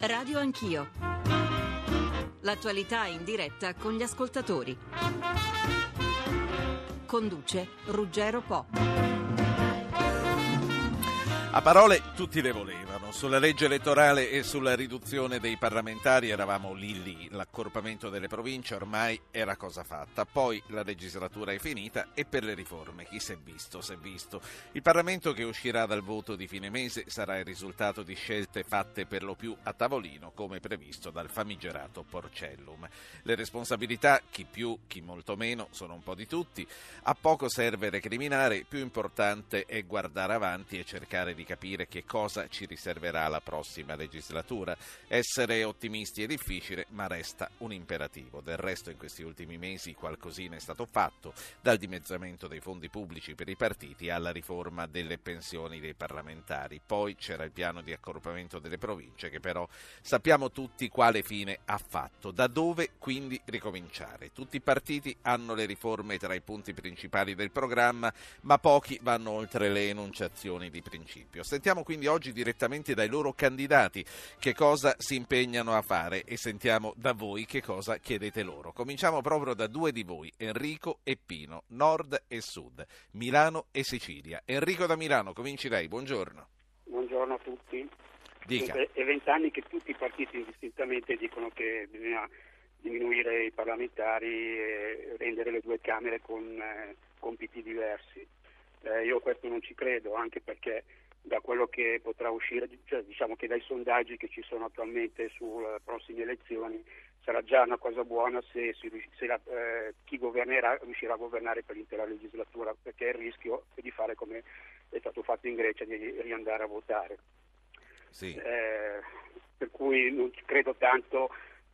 Radio Anch'io. L'attualità in diretta con gli ascoltatori. Conduce Ruggero Po. A parole tutti le volevano, sulla legge elettorale e sulla riduzione dei parlamentari eravamo lì, l'accorpamento delle province ormai era cosa fatta, poi la legislatura è finita e per le riforme chi si è visto, si è visto. Il Parlamento che uscirà dal voto di fine mese sarà il risultato di scelte fatte per lo più a tavolino come previsto dal famigerato Porcellum. Le responsabilità, chi più, chi molto meno, sono un po' di tutti, a poco serve recriminare, più importante è guardare avanti e cercare di capire che cosa ci riserverà la prossima legislatura. Essere ottimisti è difficile, ma resta un imperativo. Del resto in questi ultimi mesi qualcosina è stato fatto, dal dimezzamento dei fondi pubblici per i partiti alla riforma delle pensioni dei parlamentari. Poi c'era il piano di accorpamento delle province che però sappiamo tutti quale fine ha fatto. Da dove quindi ricominciare? Tutti i partiti hanno le riforme tra i punti principali del programma, ma pochi vanno oltre le enunciazioni di principio. Sentiamo quindi oggi direttamente dai loro candidati che cosa si impegnano a fare e sentiamo da voi che cosa chiedete loro. Cominciamo proprio da due di voi, Enrico e Pino, nord e sud, Milano e Sicilia. Enrico da Milano, cominci lei, buongiorno. Buongiorno a tutti. Dica. È 20 anni che tutti i partiti indistintamente dicono che bisogna diminuire i parlamentari e rendere le due Camere con compiti diversi. Io questo non ci credo, anche perché da quello che potrà uscire, cioè diciamo che dai sondaggi che ci sono attualmente sulle prossime elezioni, sarà già una cosa buona se chi governerà riuscirà a governare per l'intera legislatura, perché il rischio è di fare come è stato fatto in Grecia, di riandare a votare. Sì. Per cui non ci credo tanto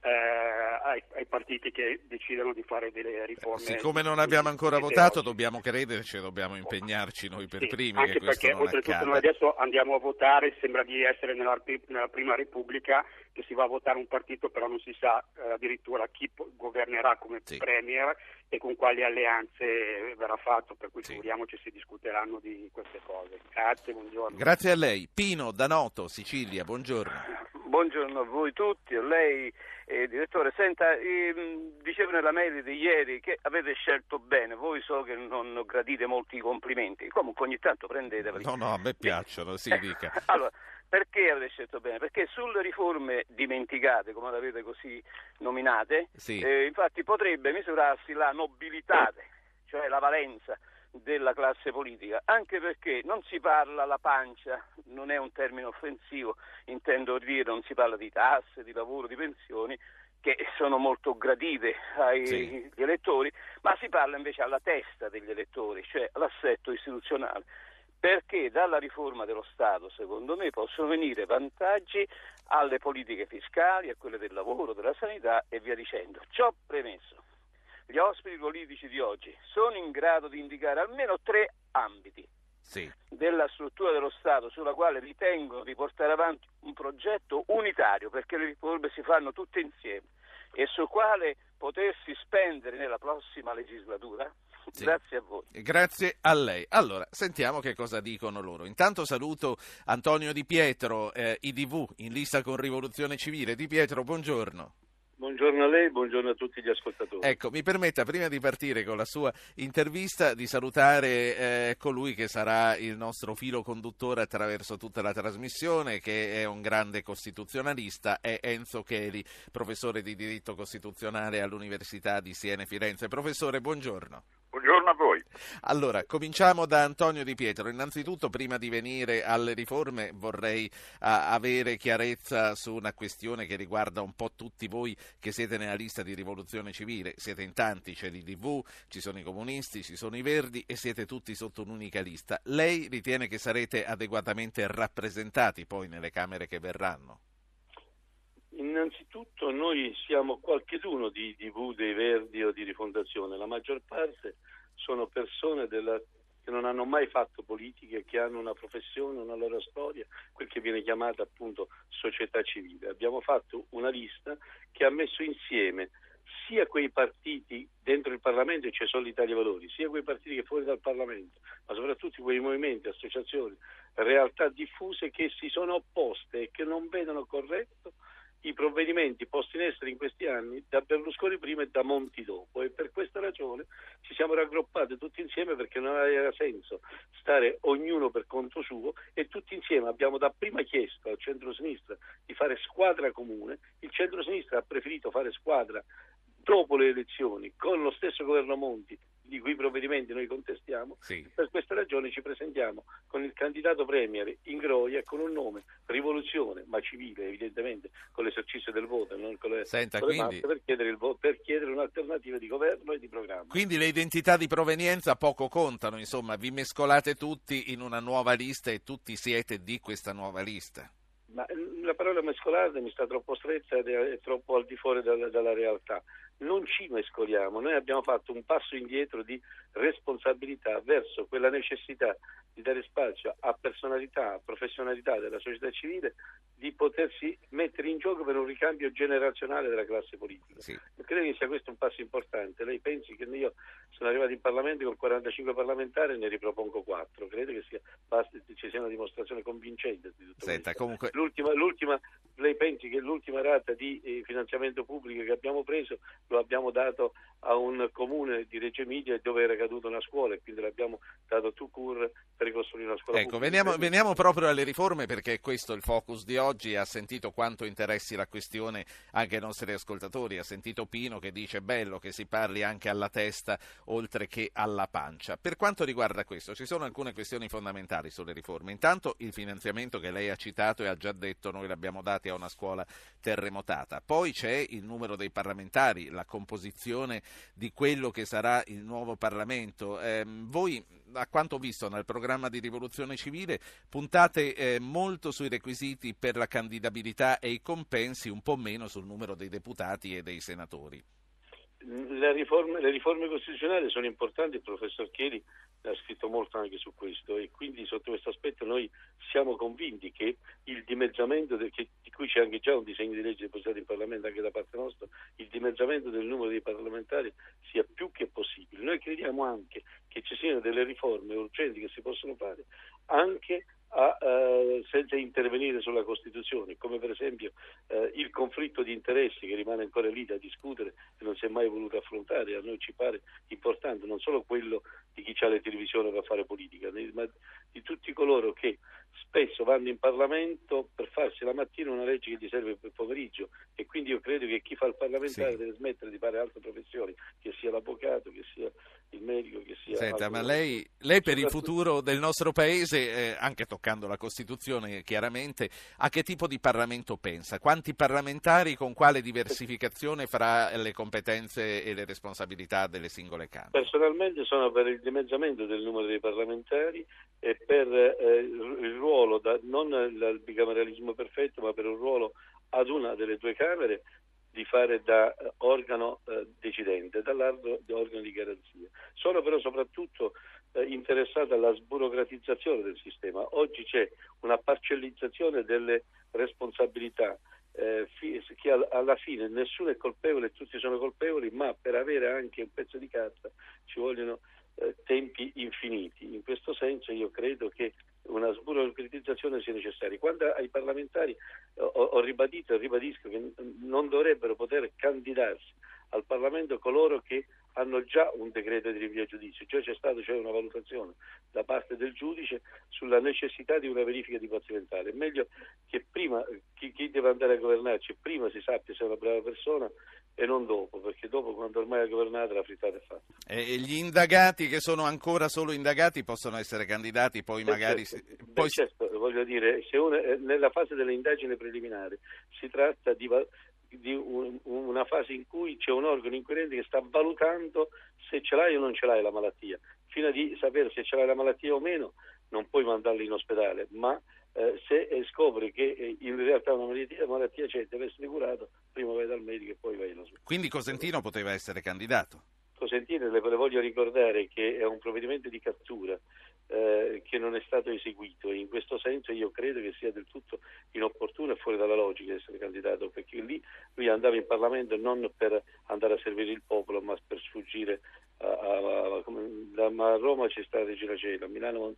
ai partiti che decidono di fare delle riforme. Siccome non abbiamo ancora votato, dobbiamo crederci, dobbiamo impegnarci noi per primi anche che questo perché non oltretutto accada. noi adesso andiamo a votare, sembra di essere nella prima Repubblica, che si va a votare un partito, però non si sa addirittura chi governerà come premier e con quali alleanze verrà fatto, per cui figuriamoci se discuteranno di queste cose. Grazie, buongiorno. Grazie a lei. Pino da Noto, Sicilia, buongiorno. Buongiorno a voi tutti, a lei direttore. Senta, dicevo nella mail di ieri che avete scelto bene, voi so che non gradite molti complimenti, comunque ogni tanto prendeteli. No, a me piacciono, si dica. Allora, perché avete scelto bene? Perché sulle riforme dimenticate, come le avete così nominate, infatti potrebbe misurarsi la nobiltà, cioè la valenza della classe politica, anche perché non si parla alla pancia, non è un termine offensivo, intendo dire, non si parla di tasse, di lavoro, di pensioni, che sono molto gradite agli elettori, ma si parla invece alla testa degli elettori, cioè all'assetto istituzionale, perché dalla riforma dello Stato, secondo me, possono venire vantaggi alle politiche fiscali, a quelle del lavoro, della sanità e via dicendo. Ciò premesso, gli ospiti politici di oggi sono in grado di indicare almeno 3 ambiti della struttura dello Stato sulla quale ritengono di portare avanti un progetto unitario, perché le riforme si fanno tutte insieme, e sul quale potersi spendere nella prossima legislatura. Grazie a voi. Grazie a lei. Allora, sentiamo che cosa dicono loro. Intanto saluto Antonio Di Pietro, IDV, in lista con Rivoluzione Civile. Di Pietro, buongiorno. Buongiorno a lei, buongiorno a tutti gli ascoltatori. Ecco, mi permetta, prima di partire con la sua intervista, di salutare colui che sarà il nostro filo conduttore attraverso tutta la trasmissione, che è un grande costituzionalista, è Enzo Cheli, professore di diritto costituzionale all'Università di Siena e Firenze. Professore, buongiorno. Buongiorno a voi. Allora, cominciamo da Antonio Di Pietro. Innanzitutto, prima di venire alle riforme, vorrei avere chiarezza su una questione che riguarda un po' tutti voi che siete nella lista di Rivoluzione Civile. Siete in tanti, c'è l'IDV, ci sono i comunisti, ci sono i verdi e siete tutti sotto un'unica lista. Lei ritiene che sarete adeguatamente rappresentati poi nelle Camere che verranno? Innanzitutto noi siamo qualcheduno di IDV, dei Verdi o di Rifondazione, la maggior parte sono persone che non hanno mai fatto politica, che hanno una professione, una loro storia, quel che viene chiamata appunto società civile. Abbiamo fatto una lista che ha messo insieme sia quei partiti dentro il Parlamento, e cioè solo l'Italia dei Valori, sia quei partiti che fuori dal Parlamento, ma soprattutto quei movimenti, associazioni, realtà diffuse che si sono opposte e che non vedono corretto i provvedimenti posti in essere in questi anni da Berlusconi prima e da Monti dopo, e per questa ragione ci siamo raggruppati tutti insieme, perché non aveva senso stare ognuno per conto suo, e tutti insieme abbiamo dapprima chiesto al centro-sinistra di fare squadra comune. Il centro-sinistra ha preferito fare squadra dopo le elezioni con lo stesso governo Monti, di cui provvedimenti noi contestiamo. Sì. Per questa ragione ci presentiamo con il candidato premier Ingroia, con un nome Rivoluzione, ma civile evidentemente, con l'esercizio del voto, non con le, masse, per chiedere per chiedere un'alternativa di governo e di programma. Quindi le identità di provenienza poco contano, insomma, vi mescolate tutti in una nuova lista e tutti siete di questa nuova lista. Ma la parola mescolata mi sta troppo stretta ed è troppo al di fuori dalla realtà. Non ci mescoliamo, noi abbiamo fatto un passo indietro di responsabilità verso quella necessità di dare spazio a personalità, a professionalità della società civile, di potersi mettere in gioco per un ricambio generazionale della classe politica. Sì. Credo che sia questo un passo importante. Lei pensi che io sono arrivato in Parlamento con 45 parlamentari e ne ripropongo 4. Credo che ci sia una dimostrazione convincente di tutto questo. Comunque... lei pensi che l'ultima rata di finanziamento pubblico che abbiamo preso lo abbiamo dato a un comune di Reggio Emilia dove era caduta una scuola, e quindi l'abbiamo dato tout court per ricostruire una scuola pubblica. Veniamo proprio alle riforme, perché è questo il focus di oggi. Ha sentito quanto interessi la questione anche ai nostri ascoltatori, ha sentito Pino che dice bello che si parli anche alla testa oltre che alla pancia. Per quanto riguarda questo, ci sono alcune questioni fondamentali sulle riforme. Intanto il finanziamento che lei ha citato e ha già detto noi l'abbiamo dati a una scuola terremotata. Poi c'è il numero dei parlamentari, la composizione di quello che sarà il nuovo Parlamento. Voi, a quanto ho visto nel programma di Rivoluzione Civile, puntate molto sui requisiti per la candidabilità e i compensi, un po' meno sul numero dei deputati e dei senatori. Le riforme costituzionali sono importanti, il professor Chieri ha scritto molto anche su questo, e quindi sotto questo aspetto noi siamo convinti che il dimezzamento, di cui c'è anche già un disegno di legge depositato in Parlamento anche da parte nostra, il dimezzamento del numero dei parlamentari sia più che possibile. Noi crediamo anche che ci siano delle riforme urgenti che si possono fare anche senza intervenire sulla Costituzione, come per esempio il conflitto di interessi che rimane ancora lì da discutere e non si è mai voluto affrontare. A noi ci pare importante non solo quello di chi ha le televisioni per fare politica, ma di tutti coloro che spesso vanno in Parlamento per farsi la mattina una legge che gli serve per il pomeriggio, e quindi io credo che chi fa il parlamentare deve smettere di fare altre professioni, che sia l'avvocato, che sia il medico, che sia... Senta, ma lei per il futuro del nostro Paese, anche toccando la Costituzione chiaramente, a che tipo di Parlamento pensa? Quanti parlamentari, con quale diversificazione fra le competenze e le responsabilità delle singole Camere? Personalmente sono per il dimezzamento del numero dei parlamentari e per il ruolo, non il bicameralismo perfetto, ma per un ruolo ad una delle due Camere di fare da organo decidente, dall'altro di organo di garanzia. Sono però soprattutto interessato alla sburocratizzazione del sistema. Oggi c'è una parcellizzazione delle responsabilità, che alla fine nessuno è colpevole e tutti sono colpevoli, ma per avere anche un pezzo di carta ci vogliono tempi infiniti. In questo senso io credo che una sburocratizzazione sia necessaria. Quando ai parlamentari ho ribadito e ribadisco che non dovrebbero poter candidarsi al Parlamento coloro che hanno già un decreto di rinvio a giudizio, cioè c'è stata una valutazione da parte del giudice sulla necessità di una verifica di patrimoniale. È meglio che prima chi deve andare a governarci prima si sappia se è una brava persona e non dopo, perché dopo, quando ormai è governata, la frittata è fatta. E gli indagati che sono ancora solo indagati possono essere candidati, poi magari... Certo, voglio dire, se nella fase delle indagini preliminari si tratta di una fase in cui c'è un organo inquirente che sta valutando se ce l'hai o non ce l'hai la malattia. Fino a di sapere se ce l'hai la malattia o meno non puoi mandarli in ospedale, ma se scopri che in realtà una malattia c'è, deve essere curato, prima vai dal medico e poi vai in ospedale. Quindi Cosentino poteva essere candidato? Cosentino, le voglio ricordare che è un provvedimento di cattura che non è stato eseguito, e in questo senso io credo che sia del tutto inopportuno e fuori dalla logica essere candidato, perché lì lui andava in Parlamento non per andare a servire il popolo, ma per sfuggire ma a Roma c'è stata Regina Coeli, a Milano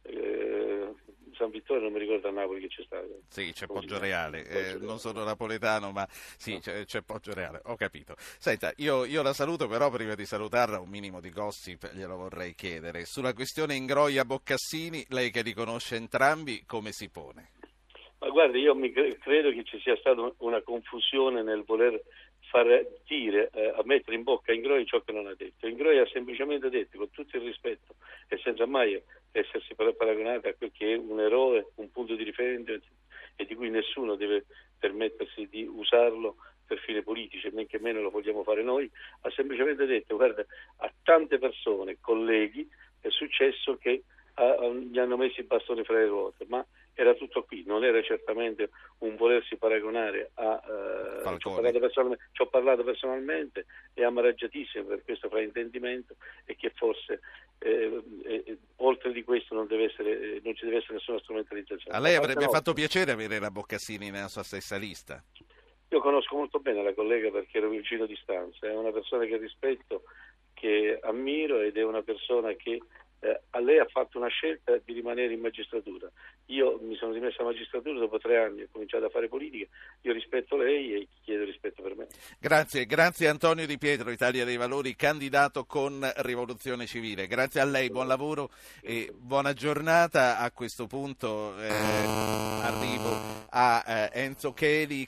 San Vittorio, non mi ricordo a Napoli che c'è stato. Sì, c'è Poggioreale, non sono napoletano, ma sì, no. c'è Poggioreale, ho capito. Senta, io la saluto, però prima di salutarla un minimo di gossip glielo vorrei chiedere. Sulla questione Ingroia-Boccassini, lei che li conosce entrambi, come si pone? Ma guardi, io credo che ci sia stata una confusione nel voler far dire, a mettere in bocca a Ingroia ciò che non ha detto. Ingroia ha semplicemente detto, con tutto il rispetto e senza mai essersi paragonato a quel che è un eroe, un punto di riferimento e di cui nessuno deve permettersi di usarlo per fini politici, men che meno lo vogliamo fare noi, ha semplicemente detto, guarda, a tante persone, colleghi, è successo che gli hanno messo i bastoni fra le ruote, ma era tutto qui, non era certamente un volersi paragonare a ci ho parlato personalmente e amareggiatissimo per questo fraintendimento, e che forse oltre di questo non ci deve essere nessuna strumentalizzazione. A lei avrebbe fatto piacere avere la Boccassini nella sua stessa lista? Io conosco molto bene la collega perché ero vicino di stanza, è una persona che rispetto, che ammiro, ed è una persona che a lei ha fatto una scelta di rimanere in magistratura. Io mi sono dimesso alla magistratura dopo 3 anni, ho cominciato a fare politica, io rispetto lei e chiedo rispetto per me. Grazie Antonio Di Pietro, Italia dei Valori, candidato con Rivoluzione Civile. Grazie a lei, buon lavoro e buona giornata. A questo punto arrivo a Enzo Cheli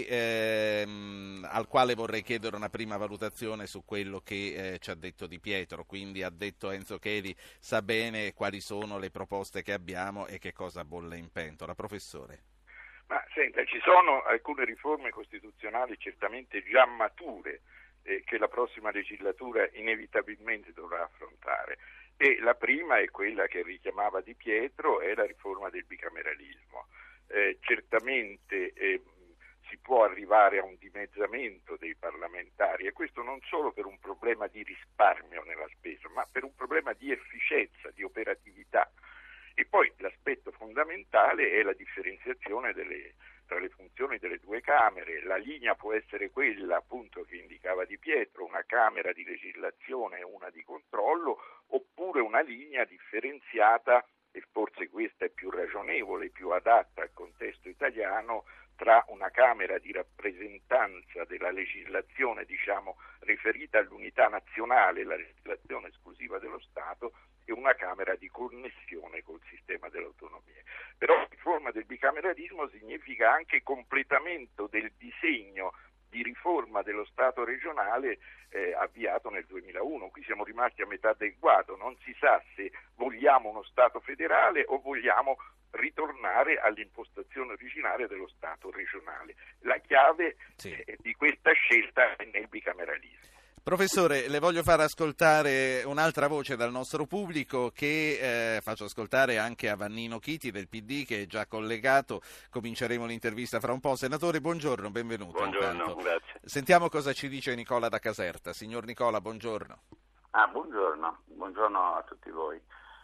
al quale vorrei chiedere una prima valutazione su quello che ci ha detto Di Pietro. Quindi ha detto Enzo Cheli, sa bene quali sono le proposte che abbiamo e che cosa bolle in pentola. Professore. Ma senta, ci sono alcune riforme costituzionali certamente già mature che la prossima legislatura inevitabilmente dovrà affrontare, e la prima è quella che richiamava Di Pietro, è la riforma del bicameralismo. Certamente si può arrivare a un dimezzamento dei parlamentari, e questo non solo per un problema di risparmio nella spesa, ma per un problema di efficienza, di operatività. E poi l'aspetto fondamentale è la differenziazione tra le funzioni delle 2 Camere. La linea può essere quella appunto che indicava Di Pietro, una Camera di legislazione e una di controllo, oppure una linea differenziata, e forse questa è più ragionevole, più adatta al contesto italiano, tra una Camera di rappresentanza della legislazione, riferita all'unità nazionale, la legislazione esclusiva dello Stato, e una Camera di connessione col sistema delle autonomie. Però la riforma del bicameralismo significa anche completamento del disegno di riforma dello Stato regionale avviato nel 2001. Qui siamo rimasti a metà del guado, non si sa se vogliamo uno Stato federale o vogliamo ritornare all'impostazione originaria dello Stato regionale. La chiave di questa scelta è nel bicameralismo. Professore, le voglio far ascoltare un'altra voce dal nostro pubblico, che faccio ascoltare anche a Vannino Chiti del PD, che è già collegato. Cominceremo l'intervista fra un po'. Senatore, buongiorno, benvenuto. Buongiorno, grazie. Sentiamo cosa ci dice Nicola da Caserta. Signor Nicola, buongiorno. Buongiorno a tutti voi.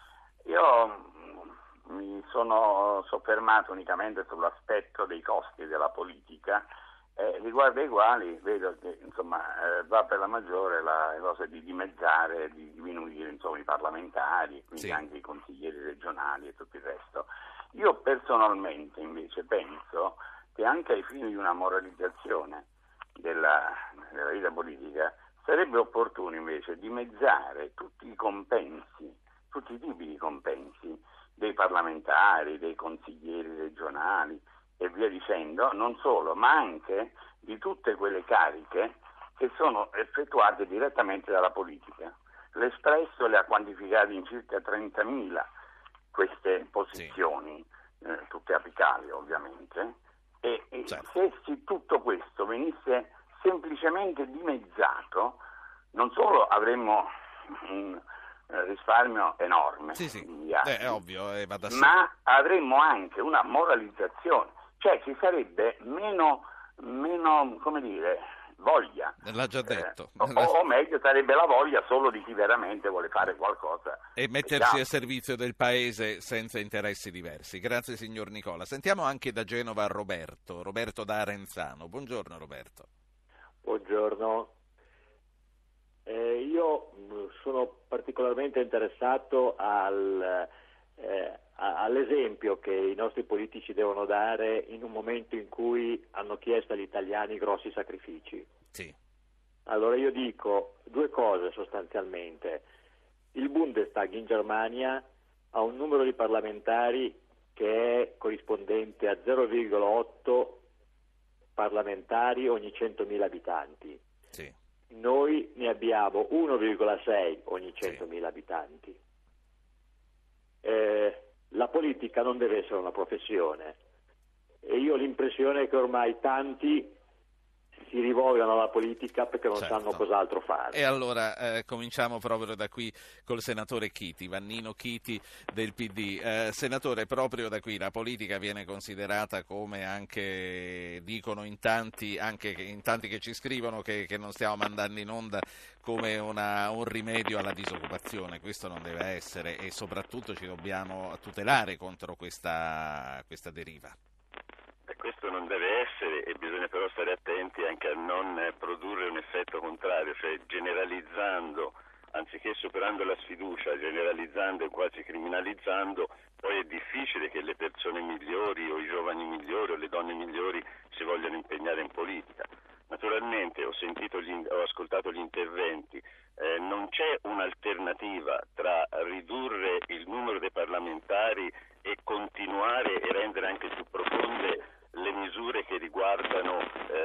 Io mi sono soffermato unicamente sull'aspetto dei costi della politica, riguardo ai quali vedo che va per la maggiore la cosa di dimezzare, di diminuire i parlamentari, quindi anche i consiglieri regionali e tutto il resto. Io personalmente invece penso che anche ai fini di una moralizzazione della vita politica sarebbe opportuno invece dimezzare tutti i compensi, tutti i tipi di compensi dei parlamentari, dei consiglieri regionali e via dicendo, non solo, ma anche di tutte quelle cariche che sono effettuate direttamente dalla politica. L'Espresso le ha quantificate in circa 30.000 queste posizioni, tutte apicali ovviamente, e se tutto questo venisse semplicemente dimezzato, non solo avremmo un risparmio enorme, è ovvio, va da sé, ma avremmo anche una moralizzazione, cioè ci sarebbe meno voglia. L'ha già detto. O meglio, sarebbe la voglia solo di chi veramente vuole fare qualcosa. E mettersi a servizio del paese senza interessi diversi. Grazie signor Nicola. Sentiamo anche da Genova Roberto da Arenzano. Buongiorno Roberto. Buongiorno. Io sono particolarmente interessato al all'esempio che i nostri politici devono dare in un momento in cui hanno chiesto agli italiani grossi sacrifici. Sì. Allora io dico due cose sostanzialmente. Il Bundestag in Germania ha un numero di parlamentari che è corrispondente a 0,8 parlamentari ogni 100.000 abitanti. Sì. Noi ne abbiamo 1,6 ogni 100.000 abitanti. La politica non deve essere una professione e io ho l'impressione che ormai tanti si rivolgano alla politica perché non sanno cos'altro fare. E allora cominciamo proprio da qui col senatore Chiti, Vannino Chiti del PD. Senatore, proprio da qui la politica viene considerata come anche dicono in tanti che ci scrivono che non stiamo mandando in onda come un rimedio alla disoccupazione. Questo non deve essere e soprattutto ci dobbiamo tutelare contro questa deriva. Questo non deve essere e bisogna però stare attenti anche a non produrre un effetto contrario, cioè generalizzando, anziché superando la sfiducia, generalizzando e quasi criminalizzando, poi è difficile che le persone migliori o i giovani migliori o le donne migliori si vogliano impegnare in politica. Naturalmente ho ascoltato gli interventi, non c'è un'alternativa tra ridurre il numero dei parlamentari e continuare e rendere anche più profonde le misure che riguardano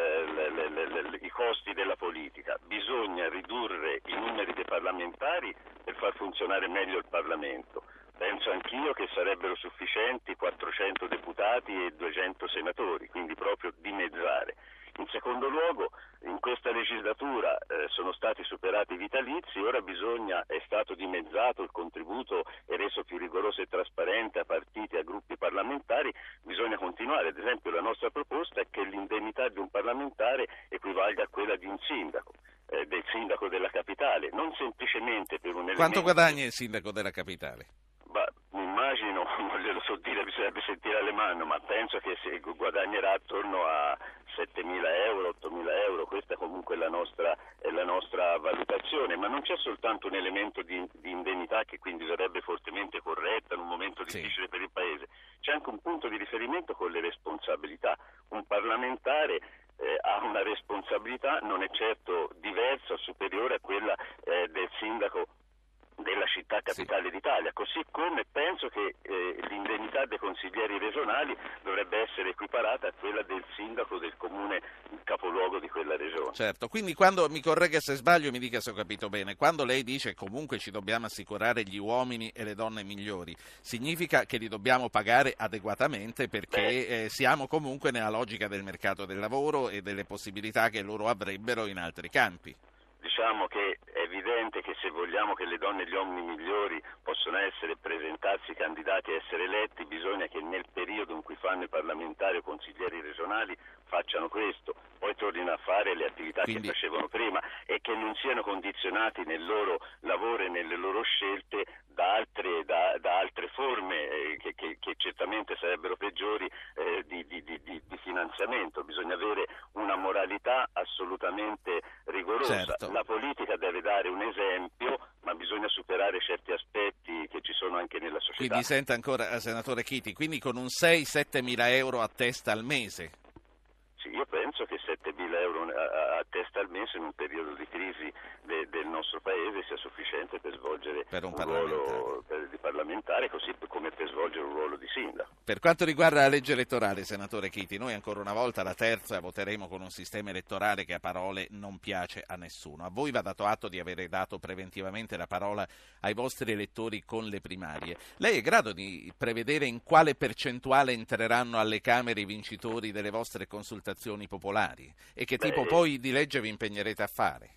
i costi della politica. Bisogna ridurre i numeri dei parlamentari per far funzionare meglio il Parlamento. Penso anch'io che sarebbero sufficienti 400 deputati e 200 senatori, quindi proprio dimezzare. In secondo luogo, in questa legislatura sono stati superati i vitalizi, ora è stato dimezzato il contributo e reso più rigoroso e trasparente a partiti, a gruppi parlamentari, bisogna continuare. Ad esempio la nostra proposta è che l'indennità di un parlamentare equivalga a quella di un sindaco, del sindaco della capitale, non semplicemente per un elemento... Quanto guadagna il sindaco della capitale? Mi immagino, non glielo so dire, bisognerebbe sentire alle mani, ma penso che guadagnerà attorno a 7.000 euro, 8.000 euro, questa comunque è la nostra valutazione, ma non c'è soltanto un elemento di indennità che quindi sarebbe fortemente corretta in un momento difficile per il Paese, c'è anche un punto di riferimento con le responsabilità. Un parlamentare ha una responsabilità, non è certo diversa o superiore a quella del sindaco della città capitale d'Italia, così come penso che l'indennità dei consiglieri regionali dovrebbe essere equiparata a quella del sindaco del comune capoluogo di quella regione. Certo, quindi quando, mi corregga se sbaglio, mi dica se ho capito bene, quando lei dice comunque ci dobbiamo assicurare gli uomini e le donne migliori, significa che li dobbiamo pagare adeguatamente perché siamo comunque nella logica del mercato del lavoro e delle possibilità che loro avrebbero in altri campi. Diciamo che è evidente che se vogliamo che le donne e gli uomini migliori possano presentarsi candidati a essere eletti, bisogna che nel periodo in cui fanno i parlamentari o consiglieri regionali facciano questo, poi tornino a fare le attività che facevano prima e che non siano condizionati nel loro lavoro e nelle loro scelte da altre forme che certamente sarebbero peggiori di finanziamento. Bisogna avere una moralità assolutamente rigorosa. Certo. La politica deve dare un esempio, ma bisogna superare certi aspetti che ci sono anche nella società. Quindi senta ancora, senatore Chiti, quindi con un 6-7 mila euro a testa al mese? Sì, io penso che 7.000 euro a testa al mese in un periodo di crisi del nostro Paese sia sufficiente per svolgere un ruolo di parlamentare, così come per svolgere un ruolo di sindaco. Per quanto riguarda la legge elettorale, senatore Chiti, noi ancora una volta la terza voteremo con un sistema elettorale che a parole non piace a nessuno. A voi va dato atto di avere dato preventivamente la parola ai vostri elettori con le primarie. Lei è in grado di prevedere in quale percentuale entreranno alle Camere i vincitori delle vostre consultazioni popolari? E che tipo poi di legge vi impegnerete a fare?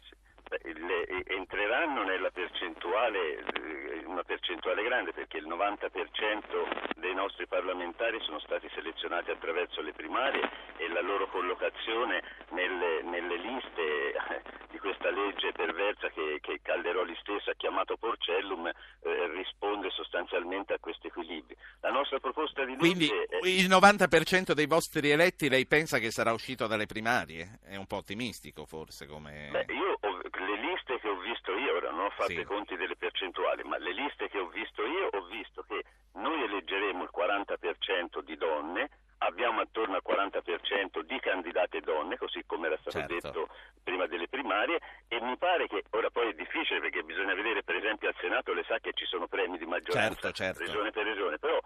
Entreranno nella percentuale, una percentuale grande, perché il 90% dei nostri parlamentari sono stati selezionati attraverso le primarie e la loro collocazione nelle liste di questa legge perversa che Calderoli stesso ha chiamato Porcellum risponde sostanzialmente a questo equilibrio. La nostra proposta di legge... Quindi il 90% dei vostri eletti lei pensa che sarà uscito dalle primarie? È un po' ottimistico forse come... Le liste che ho visto io, ora non ho fatto i conti delle percentuali, ma le liste che ho visto io ho visto che noi eleggeremo il 40% di donne, abbiamo attorno al 40% di candidate donne, così come era stato detto prima delle primarie, e mi pare che ora poi è difficile perché bisogna vedere, per esempio al Senato le sa che ci sono premi di maggioranza regione per regione, però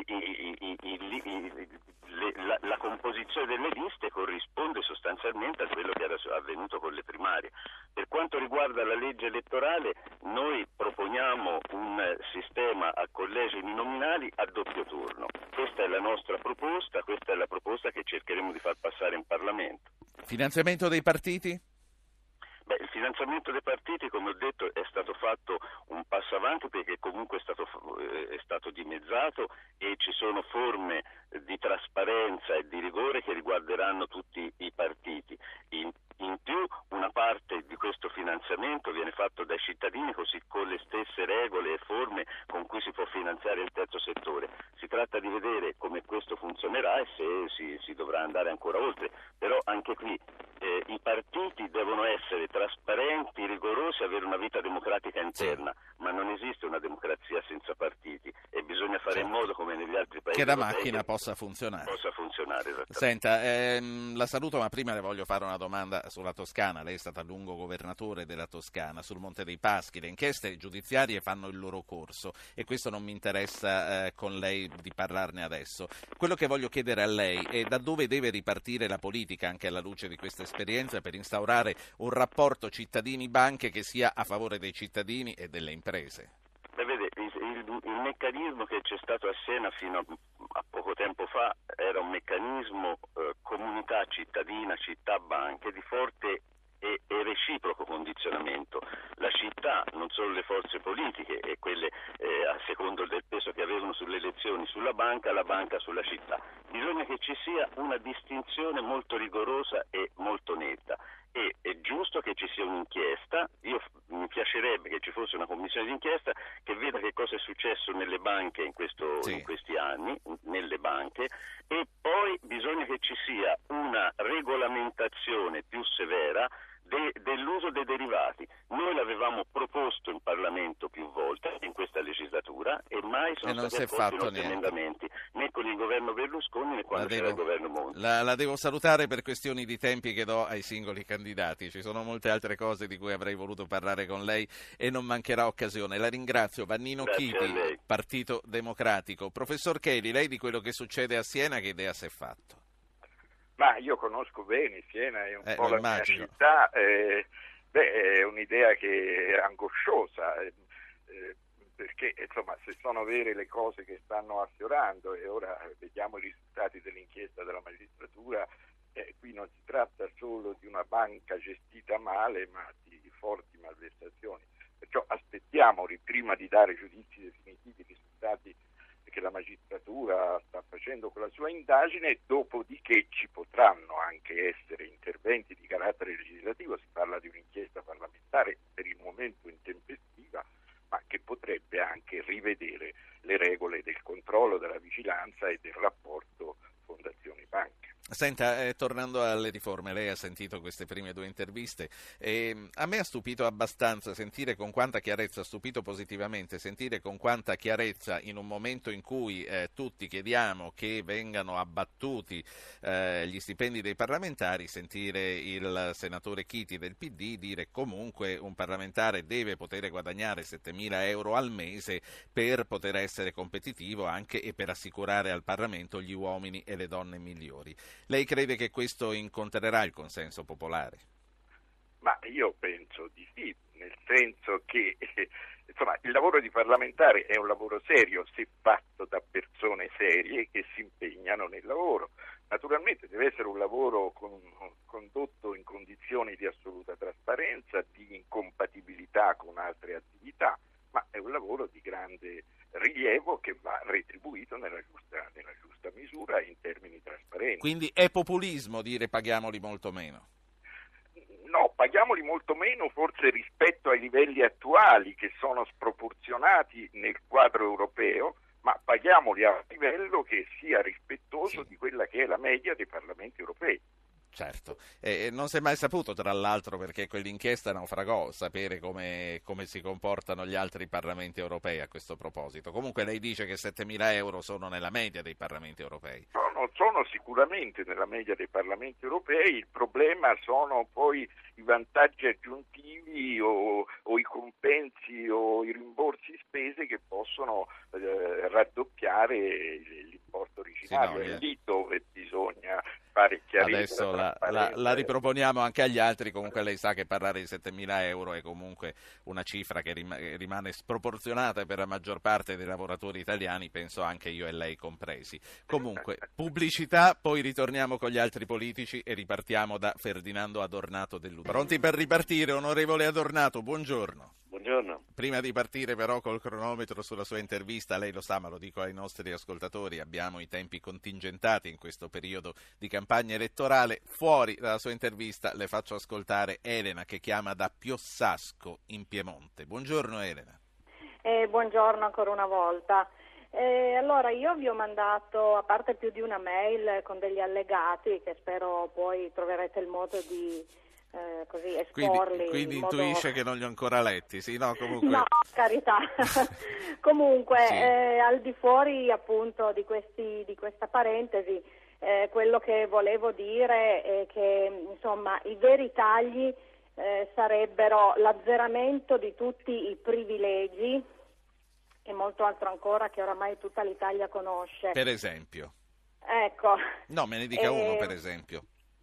la composizione delle liste corrisponde sostanzialmente a quello che era avvenuto con le primarie. Per quanto riguarda la legge elettorale, noi proponiamo un sistema a collegi uninominali a doppio turno. Questa è la nostra proposta, questa è la proposta che cercheremo di far passare in Parlamento. Finanziamento dei partiti? Beh, il finanziamento dei partiti, come ho detto, è stato fatto un passo avanti perché comunque è stato dimezzato e ci sono forme di trasparenza e di rigore che riguarderanno tutti i partiti. In più, una parte di questo finanziamento viene fatto dai cittadini, così con le stesse regole e forme con cui si può finanziare il terzo settore. Si tratta di vedere come questo funzionerà e se si dovrà andare ancora oltre. Però anche qui i partiti devono essere trasparenti, rigorosi, avere una vita democratica interna, ma non esiste una democrazia senza partiti e bisogna fare in modo, come negli altri paesi che la macchina possa funzionare. Senta, la saluto, ma prima le voglio fare una domanda sulla Toscana. Lei è stato a lungo governatore della Toscana, sul Monte dei Paschi. Le inchieste giudiziarie fanno il loro corso e questo non mi interessa con lei di parlarne adesso. Quello che voglio chiedere a lei è da dove deve ripartire la politica, anche alla luce di questa esperienza, per instaurare un rapporto cittadini-banche che sia a favore dei cittadini e delle imprese. Vede, il meccanismo che c'è stato a Siena fino a poco tempo fa era un meccanismo comunità cittadina, città banche di forte e reciproco condizionamento. La città, non solo le forze politiche e quelle a secondo del peso che avevano sulle elezioni sulla banca, la banca sulla città. Bisogna che ci sia una distinzione molto rigorosa e molto netta. E è giusto che ci sia un'inchiesta, mi piacerebbe che ci fosse una commissione d'inchiesta che veda che cosa è successo nelle banche in questi anni, nelle banche, e poi bisogna che ci sia una regolamentazione più severa dell'uso dei derivati. Noi l'avevamo proposto in Parlamento più volte in questa legislatura e mai sono stati accolti i nostri emendamenti, né con il governo Berlusconi né quando c'era il governo Monti. La devo salutare per questioni di tempi che do ai singoli candidati. Ci sono molte altre cose di cui avrei voluto parlare con lei e non mancherà occasione. La ringrazio. Vannino Chiti, Partito Democratico. Professor Cheli, lei di quello che succede a Siena che idea si è fatto? Ma io conosco bene Siena, è un po' la mia città, è un'idea che è angosciosa, perché insomma se sono vere le cose che stanno affiorando e ora vediamo i risultati dell'inchiesta della magistratura, qui non si tratta solo di una banca gestita male, ma di forti malversazioni. Perciò aspettiamo, prima di dare giudizi definitivi, risultati che la magistratura sta facendo con la sua indagine, dopodiché ci potranno anche essere interventi di carattere legislativo. Si parla di un'inchiesta parlamentare per il momento intempestiva, ma che potrebbe anche rivedere le regole del controllo, della vigilanza e del rapporto fondazioni-banche. Senta, tornando alle riforme, lei ha sentito queste prime due interviste e a me ha stupito abbastanza sentire con quanta chiarezza, ha stupito positivamente sentire con quanta chiarezza in un momento in cui tutti chiediamo che vengano abbattuti gli stipendi dei parlamentari, sentire il senatore Chiti del PD dire comunque un parlamentare deve poter guadagnare 7.000 euro al mese per poter essere competitivo anche e per assicurare al Parlamento gli uomini e le donne migliori. Lei crede che questo incontrerà il consenso popolare? Ma io penso di sì, nel senso che insomma, il lavoro di parlamentare è un lavoro serio se fatto da persone serie che si impegnano nel lavoro. Naturalmente deve essere un lavoro condotto in condizioni di assoluta trasparenza, di incompatibilità con altre attività, ma è un lavoro di grande rilievo che va retribuito nella giusta misura in termini trasparenti. Quindi è populismo dire paghiamoli molto meno? No, paghiamoli molto meno forse rispetto ai livelli attuali che sono sproporzionati nel quadro europeo, ma paghiamoli a un livello che sia rispettoso di quella che è la media dei parlamenti europei. Certo, non si è mai saputo tra l'altro perché quell'inchiesta naufragò, sapere come si comportano gli altri parlamenti europei a questo proposito. Comunque lei dice che 7.000 euro sono nella media dei parlamenti europei. Sono sicuramente nella media dei parlamenti europei, il problema sono poi i vantaggi aggiuntivi o i compensi o i rimborsi spese che possono raddoppiare l'importo originario. È lì dove bisogna fare chiarezza. Adesso la riproponiamo anche agli altri. Comunque lei sa che parlare di 7.000 euro è comunque una cifra che rimane sproporzionata per la maggior parte dei lavoratori italiani, penso anche io e lei compresi. Comunque, pubblicità, poi ritorniamo con gli altri politici e ripartiamo da Ferdinando Adornato dell'Udeur. Pronti per ripartire, onorevole Adornato, buongiorno. Buongiorno. Prima di partire però col cronometro sulla sua intervista, lei lo sa, ma lo dico ai nostri ascoltatori, abbiamo i tempi contingentati in questo periodo di campagna elettorale. Fuori dalla sua intervista le faccio ascoltare Elena che chiama da Piossasco in Piemonte. Buongiorno Elena. Buongiorno ancora una volta. Allora io vi ho mandato, a parte più di una mail con degli allegati che spero poi troverete il modo di così esporli. Quindi intuisce che non li ho ancora letti, sì, no, comunque. No, carità. Comunque, sì. Al di fuori appunto di questa parentesi, quello che volevo dire è che insomma i veri tagli sarebbero l'azzeramento di tutti i privilegi e molto altro ancora che oramai tutta l'Italia conosce. Per esempio? Ecco. No, me ne dica uno per esempio.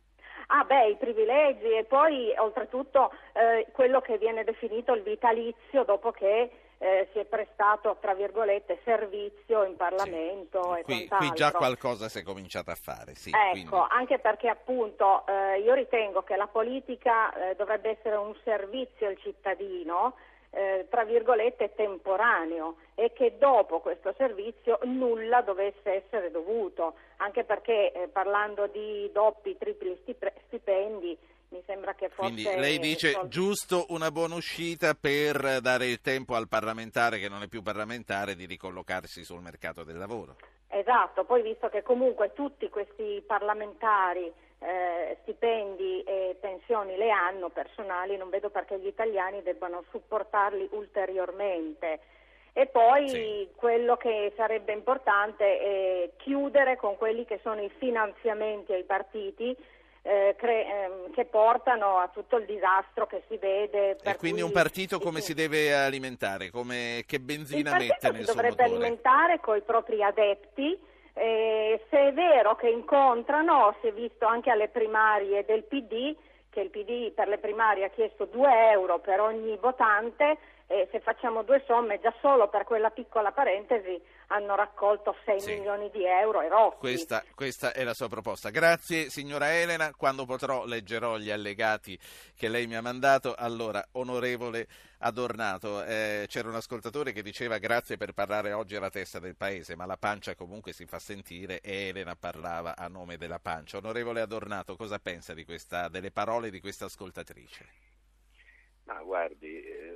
I privilegi e poi oltretutto quello che viene definito il vitalizio dopo che si è prestato, tra virgolette, servizio in Parlamento e quant'altro. Qui già qualcosa si è cominciato a fare, sì. Ecco, quindi. Anche perché appunto io ritengo che la politica dovrebbe essere un servizio al cittadino, tra virgolette temporaneo, e che dopo questo servizio nulla dovesse essere dovuto, anche perché parlando di doppi, tripli stipendi mi sembra che forse... Quindi lei dice giusto una buona uscita per dare il tempo al parlamentare che non è più parlamentare di ricollocarsi sul mercato del lavoro. Esatto, poi visto che comunque tutti questi parlamentari stipendi e pensioni le hanno personali, non vedo perché gli italiani debbano supportarli ulteriormente. E poi quello che sarebbe importante è chiudere con quelli che sono i finanziamenti ai partiti che portano a tutto il disastro che si vede. E quindi un partito come si deve alimentare? Che benzina mette nel suo motore? Si dovrebbe alimentare coi propri adepti. Se è vero che incontrano, si è visto anche alle primarie del PD, che il PD per le primarie ha chiesto 2 euro per ogni votante, e se facciamo due somme già solo per quella piccola parentesi hanno raccolto 6 milioni di euro e rotti. Questa è la sua proposta. Grazie signora Elena, quando potrò leggerò gli allegati che lei mi ha mandato. Allora, onorevole Adornato, c'era un ascoltatore che diceva grazie per parlare oggi alla testa del paese, ma la pancia comunque si fa sentire e Elena parlava a nome della pancia. Onorevole Adornato, cosa pensa delle parole di questa ascoltatrice? Ma guardi,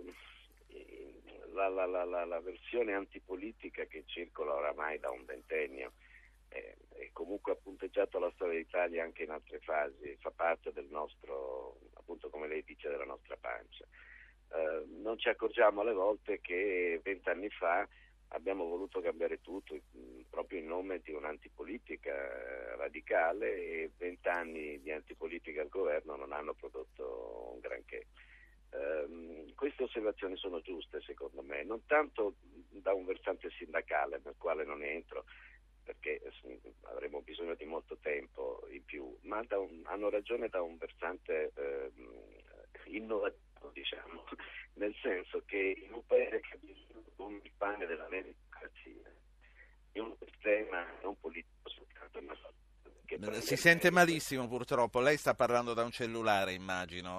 la versione antipolitica che circola oramai da un ventennio e comunque ha punteggiato la storia d'Italia anche in altre fasi, fa parte del nostro, appunto come lei dice, della nostra pancia. Non ci accorgiamo alle volte che 20 anni fa abbiamo voluto cambiare tutto proprio in nome di un'antipolitica radicale e 20 anni di antipolitica al governo non hanno prodotto un granché. Queste osservazioni sono giuste secondo me, non tanto da un versante sindacale nel quale non entro perché avremo bisogno di molto tempo in più, ma hanno ragione da un versante innovativo, diciamo, nel senso che in un paese che ha bisogno il pane della meritocrazia, in un sistema non politico soltanto, ma si sente malissimo purtroppo, lei sta parlando da un cellulare immagino.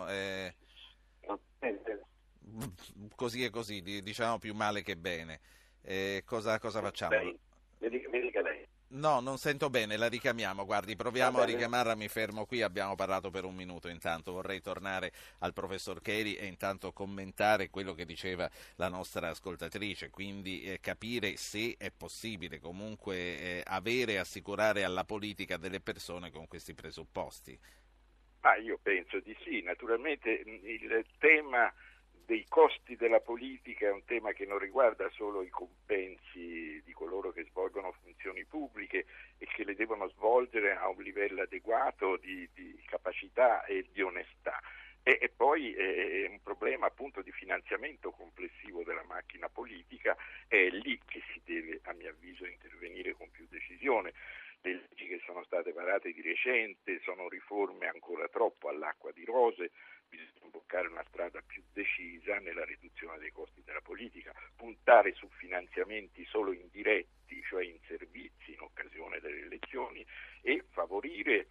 Così e così, diciamo più male che bene. Cosa facciamo? Mi dica lei. No, non sento bene, la richiamiamo, guardi, proviamo a richiamarla, mi fermo qui, abbiamo parlato per un minuto intanto, vorrei tornare al professor Cheli e intanto commentare quello che diceva la nostra ascoltatrice, quindi capire se è possibile comunque avere e assicurare alla politica delle persone con questi presupposti. Io penso di sì. Naturalmente il tema dei costi della politica è un tema che non riguarda solo i compensi di coloro che svolgono funzioni pubbliche e che le devono svolgere a un livello adeguato di capacità e di onestà. E poi è un problema appunto di finanziamento complessivo della macchina politica, è lì che si deve, a mio avviso, intervenire con più decisione. Le leggi che sono state varate di recente sono riforme ancora troppo all'acqua di rose, bisogna imboccare una strada più decisa nella riduzione dei costi della politica, puntare su finanziamenti solo indiretti, cioè in servizi in occasione delle elezioni, e favorire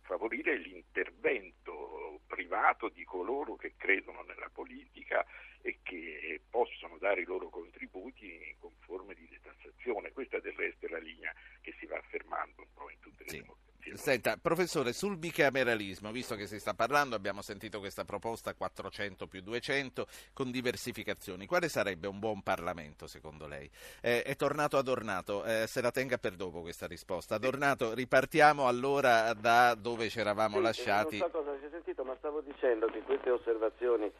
l'intervento privato di coloro che credono nella politica e che possono dare i loro contributi con forme di detassazione. Questa del resto è la linea che si va affermando un po' in tutte le democrazie. Senta, professore, sul bicameralismo, visto che si sta parlando, abbiamo sentito questa proposta 400 più 200 con diversificazioni. Quale sarebbe un buon Parlamento secondo lei? È tornato Adornato, se la tenga per dopo questa risposta. Adornato, ripartiamo allora da dove ci eravamo lasciati. Non so cosa si è sentito, ma stavo dicendo che queste osservazioni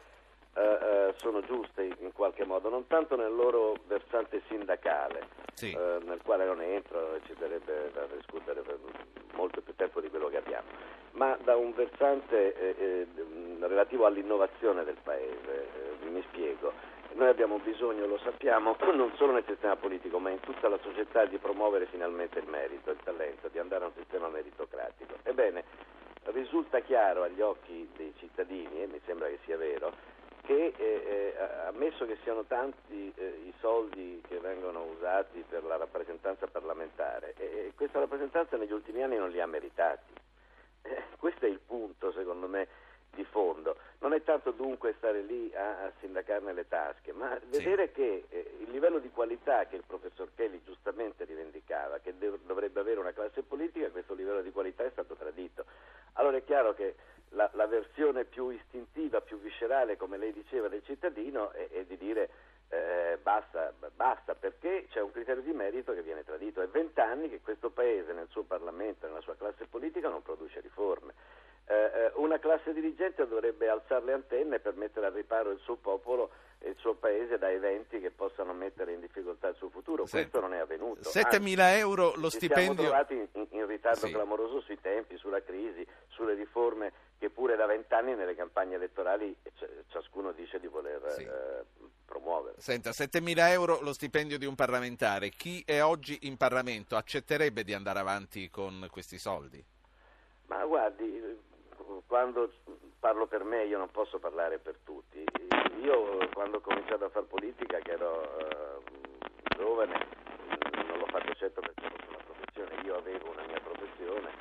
sono giuste in qualche modo, non tanto nel loro versante sindacale, nel quale non entro e ci darebbe da discutere per molto più tempo di quello che abbiamo, ma da un versante relativo all'innovazione del Paese. Mi spiego. Noi abbiamo bisogno, lo sappiamo, non solo nel sistema politico ma in tutta la società, di promuovere finalmente il merito, il talento, di andare a un sistema meritocratico. Ebbene, risulta chiaro agli occhi dei cittadini, e mi sembra che sia vero, che ammesso che siano tanti i soldi che vengono usati per la rappresentanza parlamentare, questa rappresentanza negli ultimi anni non li ha meritati. Questo è il punto, secondo me, di fondo. Non è tanto dunque stare lì a sindacarne le tasche, ma vedere che il livello di qualità che il professor Kelly giustamente rivendicava, che dovrebbe avere una classe politica, questo livello di qualità è stato tradito. Allora è chiaro che la versione più istintiva, più viscerale, come lei diceva, del cittadino è di dire basta, perché c'è un criterio di merito che viene tradito. È 20 anni che questo Paese nel suo Parlamento, nella sua classe politica, non produce riforme. Una classe dirigente dovrebbe alzare le antenne per mettere al riparo il suo popolo e il suo paese da eventi che possano mettere in difficoltà il suo futuro. Questo non è avvenuto. 7.000 euro lo stipendio. Siamo trovati in ritardo clamoroso sui tempi, sulla crisi, sulle riforme che pure da 20 anni nelle campagne elettorali ciascuno dice di voler promuovere. Senta, 7.000 euro lo stipendio di un parlamentare. Chi è oggi in Parlamento accetterebbe di andare avanti con questi soldi? Ma guardi, quando parlo per me, io non posso parlare per tutti. Io quando ho cominciato a fare politica, che ero giovane, non l'ho fatto certo perché fosse una professione, io avevo una mia professione,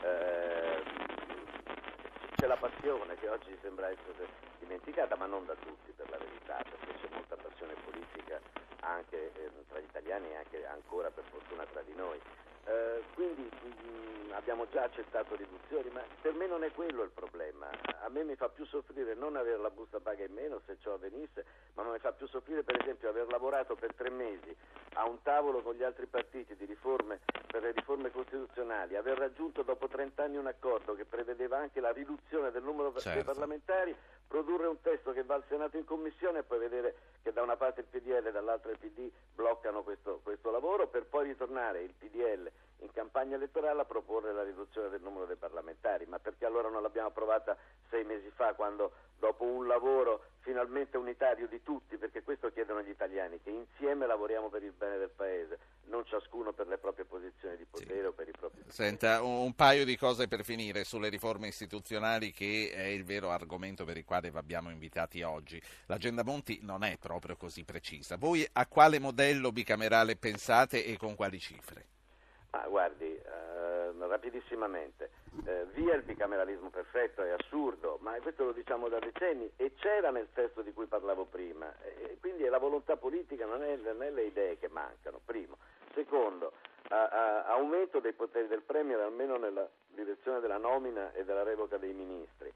c'è la passione che oggi sembra essere dimenticata, ma non da tutti per la verità, perché c'è molta passione politica anche tra gli italiani e anche ancora per fortuna tra di noi. Quindi abbiamo già accettato riduzioni, ma per me non è quello il problema. A me mi fa più soffrire non avere la busta paga in meno, se ciò avvenisse, ma mi fa più soffrire per esempio aver lavorato per 3 mesi a un tavolo con gli altri partiti di riforme, per le riforme costituzionali, aver raggiunto dopo 30 anni un accordo che prevedeva anche la riduzione del numero dei parlamentari, produrre un testo che va al Senato in commissione e poi vedere che da una parte il PDL e dall'altra il PD bloccano questo lavoro, per poi ritornare il PDL in campagna elettorale a proporre la riduzione del numero dei parlamentari. Ma perché allora non l'abbiamo approvata 6 mesi fa, quando dopo un lavoro finalmente unitario di tutti, perché questo chiedono gli italiani, che insieme lavoriamo per il bene del Paese, non ciascuno per le proprie posizioni di potere o per i propri... Senta, un paio di cose per finire sulle riforme istituzionali, che è il vero argomento per il quale vi abbiamo invitati oggi. L'agenda Monti non è proprio così precisa. Voi a quale modello bicamerale pensate e con quali cifre? Guardi, rapidissimamente, via il bicameralismo perfetto, è assurdo, ma questo lo diciamo da decenni e c'era nel testo di cui parlavo prima, e quindi è la volontà politica, non è le idee che mancano, primo. Secondo, aumento dei poteri del Premier almeno nella direzione della nomina e della revoca dei ministri,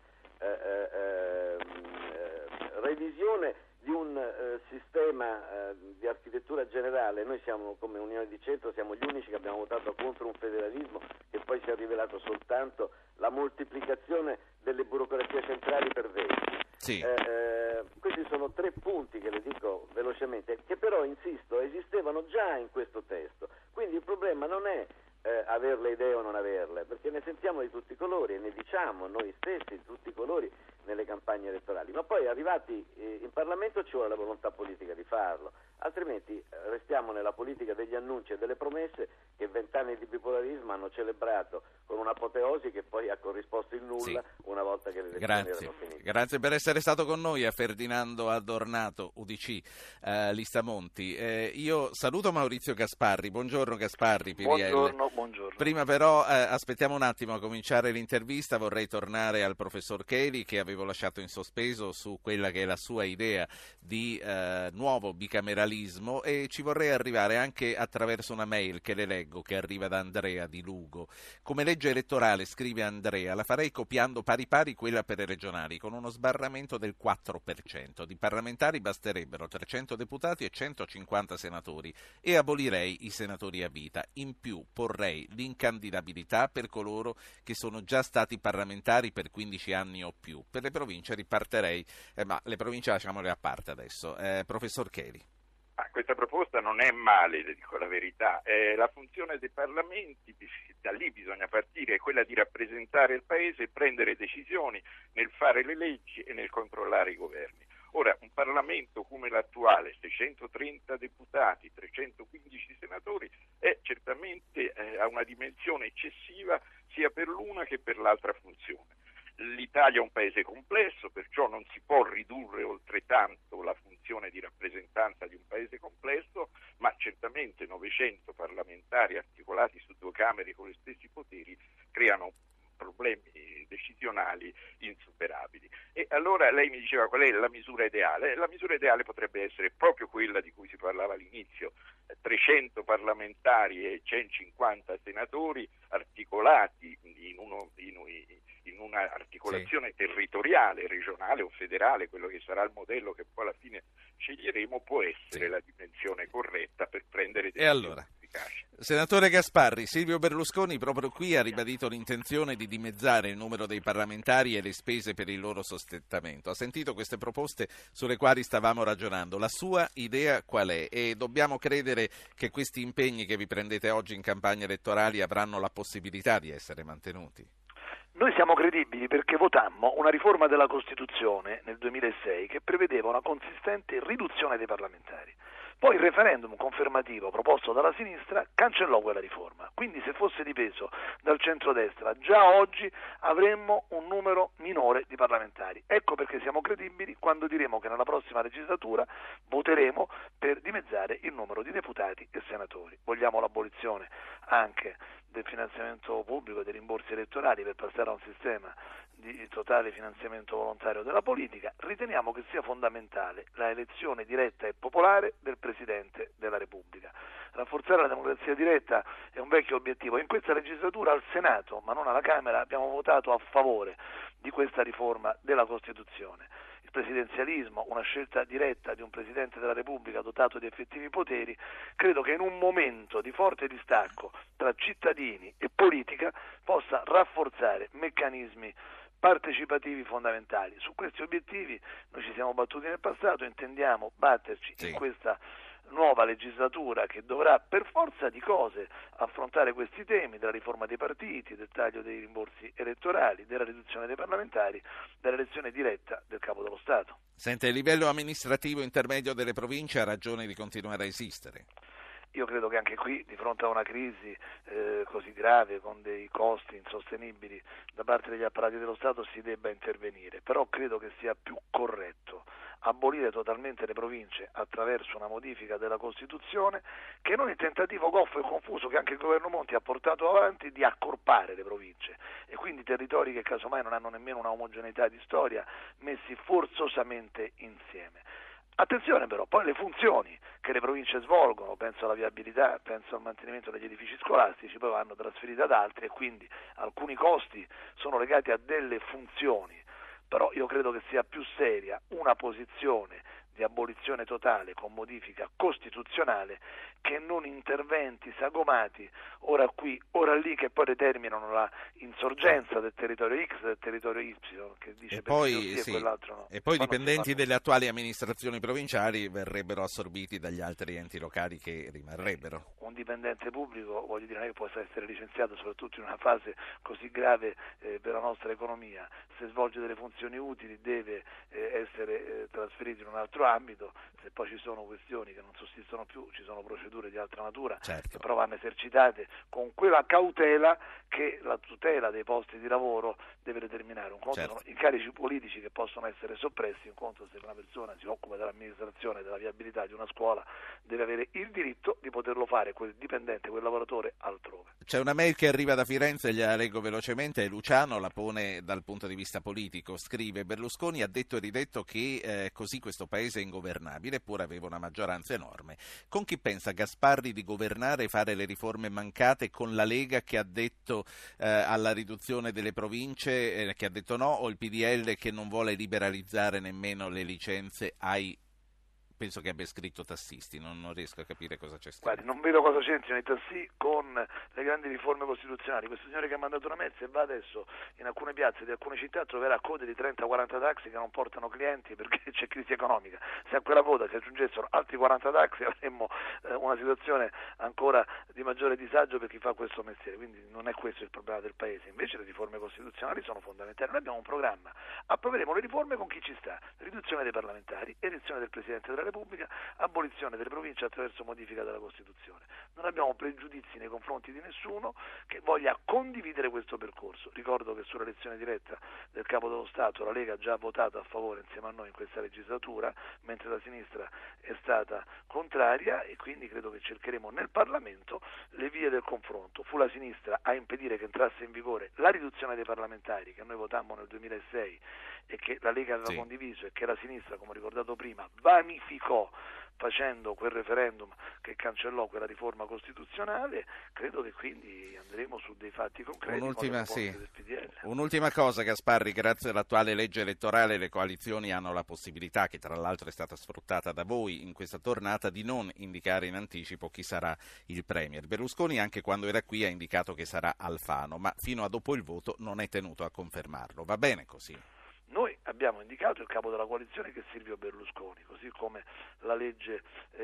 revisione di un sistema di architettura generale federale. Noi siamo, come Unione di Centro, siamo gli unici che abbiamo votato contro un federalismo che poi si è rivelato soltanto la moltiplicazione delle burocrazie centrali per 20. Sì. Questi sono 3 punti che le dico velocemente, che però, insisto, esistevano già in questo testo. Quindi il problema non è aver le idee o non averle, perché ne sentiamo di tutti i colori e ne diciamo noi stessi di tutti i colori nelle campagne elettorali, ma poi arrivati in Parlamento ci vuole la volontà politica di farlo, altrimenti restiamo nella politica degli annunci e delle promesse che 20 anni di bipolarismo hanno celebrato con un'apoteosi che poi ha corrisposto in nulla una volta che le elezioni erano finite. Grazie per essere stato con noi a Ferdinando Adornato, UDC, Lista Monti. Io saluto Maurizio Gasparri. Buongiorno Gasparri, PDL. Buongiorno. Prima però aspettiamo un attimo a cominciare l'intervista, vorrei tornare al professor Cheli che avevo lasciato in sospeso su quella che è la sua idea di nuovo bicameralismo, e ci vorrei arrivare anche attraverso una mail che le leggo, che arriva da Andrea di Lugo. Come legge elettorale, scrive Andrea, la farei copiando pari pari quella per le regionali, con uno sbarramento del 4%. Di parlamentari basterebbero 300 deputati e 150 senatori, e abolirei i senatori a vita. In più porrei l'incandidabilità per coloro che sono già stati parlamentari per 15 anni o più. Per le province riparterei, ma le province lasciamole a parte adesso. Professor Cheli. Questa proposta non è male, le dico la verità. La funzione dei parlamenti, da lì bisogna partire, è quella di rappresentare il Paese e prendere decisioni nel fare le leggi e nel controllare i governi. Ora, un Parlamento come l'attuale, 630 deputati, 315 senatori, è certamente ha una dimensione eccessiva sia per l'una che per l'altra funzione. L'Italia è un paese complesso, perciò non si può ridurre oltrettanto la funzione di rappresentanza di un paese complesso, ma certamente 900 parlamentari articolati su 2 Camere con gli stessi poteri creano problemi decisionali insuperabili. E allora lei mi diceva qual è la misura ideale? La misura ideale potrebbe essere proprio quella di cui si parlava all'inizio, 300 parlamentari e 150 senatori articolati in una articolazione territoriale, regionale o federale, quello che sarà il modello che poi alla fine sceglieremo, può essere la dimensione corretta per prendere decisioni efficaci. Senatore Gasparri, Silvio Berlusconi proprio qui ha ribadito l'intenzione di dimezzare il numero dei parlamentari e le spese per il loro sostentamento. Ha sentito queste proposte sulle quali stavamo ragionando. La sua idea qual è? E dobbiamo credere che questi impegni che vi prendete oggi in campagna elettorali avranno la possibilità di essere mantenuti? Noi siamo credibili perché votammo una riforma della Costituzione nel 2006 che prevedeva una consistente riduzione dei parlamentari. Poi il referendum confermativo proposto dalla sinistra cancellò quella riforma, quindi se fosse dipeso dal centrodestra già oggi avremmo un numero minore di parlamentari. Ecco perché siamo credibili quando diremo che nella prossima legislatura voteremo per dimezzare il numero di deputati e senatori. Vogliamo l'abolizione anche del finanziamento pubblico e dei rimborsi elettorali per passare a un sistema di totale finanziamento volontario della politica. Riteniamo che sia fondamentale la elezione diretta e popolare del Presidente della Repubblica. Rafforzare la democrazia diretta è un vecchio obiettivo. In questa legislatura al Senato, ma non alla Camera, abbiamo votato a favore di questa riforma della Costituzione. Il presidenzialismo, una scelta diretta di un Presidente della Repubblica dotato di effettivi poteri, credo che in un momento di forte distacco tra cittadini e politica possa rafforzare meccanismi partecipativi fondamentali. Su questi obiettivi noi ci siamo battuti nel passato, intendiamo batterci in questa nuova legislatura che dovrà per forza di cose affrontare questi temi della riforma dei partiti, del taglio dei rimborsi elettorali, della riduzione dei parlamentari, dell'elezione diretta del Capo dello Stato. Sente, il livello amministrativo intermedio delle province ha ragione di continuare a esistere? Io credo che anche qui, di fronte a una crisi così grave, con dei costi insostenibili da parte degli apparati dello Stato, si debba intervenire, però credo che sia più corretto abolire totalmente le province attraverso una modifica della Costituzione che non il tentativo goffo e confuso che anche il governo Monti ha portato avanti di accorpare le province e quindi territori che casomai non hanno nemmeno una omogeneità di storia messi forzosamente insieme. Attenzione però, poi le funzioni che le province svolgono, penso alla viabilità, penso al mantenimento degli edifici scolastici, poi vanno trasferite ad altri e quindi alcuni costi sono legati a delle funzioni, però io credo che sia più seria una posizione di abolizione totale con modifica costituzionale che non interventi sagomati ora qui, ora lì, che poi determinano la insorgenza del territorio X, del territorio Y, che dice e poi, sì, e quell'altro no. E poi i dipendenti delle attuali amministrazioni provinciali verrebbero assorbiti dagli altri enti locali che rimarrebbero. Un dipendente pubblico, voglio dire, non è che possa essere licenziato, soprattutto in una fase così grave per la nostra economia. Se svolge delle funzioni utili deve essere trasferito in un altro ambito. Se poi ci sono questioni che non sussistono più, ci sono procedure di altra natura, certo, che però vanno esercitate con quella cautela che la tutela dei posti di lavoro deve determinare. Un conto sono incarichi politici che possono essere soppressi, un conto se una persona si occupa dell'amministrazione, della viabilità di una scuola, deve avere il diritto di poterlo fare, quel dipendente, quel lavoratore, altrove. C'è una mail che arriva da Firenze, gliela leggo velocemente, e Luciano la pone dal punto di vista politico. Scrive: Berlusconi ha detto e ridetto che così questo paese è ingovernabile, eppure aveva una maggioranza enorme. Con chi pensa Gasparri di governare e fare le riforme mancate? Con la Lega che ha detto alla riduzione delle province, che ha detto no, o il PDL che non vuole liberalizzare nemmeno le licenze ai... Penso che abbia scritto tassisti, non riesco a capire cosa c'è scritto. Guardi, non vedo cosa c'entrino i tassi con le grandi riforme costituzionali. Questo signore che ha mandato una mezza e va adesso in alcune piazze di alcune città troverà code di 30-40 taxi che non portano clienti perché c'è crisi economica. Se a quella coda si aggiungessero altri 40 taxi avremmo una situazione ancora di maggiore disagio per chi fa questo mestiere. Quindi non è questo il problema del Paese. Invece le riforme costituzionali sono fondamentali. Noi abbiamo un programma, approveremo le riforme con chi ci sta: riduzione dei parlamentari, elezione del Presidente della Repubblica, abolizione delle province attraverso modifica della Costituzione. Non abbiamo pregiudizi nei confronti di nessuno che voglia condividere questo percorso. Ricordo che sull'elezione diretta del Capo dello Stato la Lega ha già votato a favore insieme a noi in questa legislatura, mentre la sinistra è stata contraria, e quindi credo che cercheremo nel Parlamento le vie del confronto. Fu la sinistra a impedire che entrasse in vigore la riduzione dei parlamentari che noi votammo nel 2006 e che la Lega aveva condiviso, e che la sinistra, come ho ricordato prima, vanificò facendo quel referendum che cancellò quella riforma costituzionale. Credo che quindi andremo su dei fatti concreti. Un'ultima cosa, Gasparri: grazie all'attuale legge elettorale le coalizioni hanno la possibilità, che tra l'altro è stata sfruttata da voi in questa tornata, di non indicare in anticipo chi sarà il Premier. Berlusconi, anche quando era qui, ha indicato che sarà Alfano, ma fino a dopo il voto non è tenuto a confermarlo. Va bene così? Noi abbiamo indicato il capo della coalizione, che è Silvio Berlusconi, così come la legge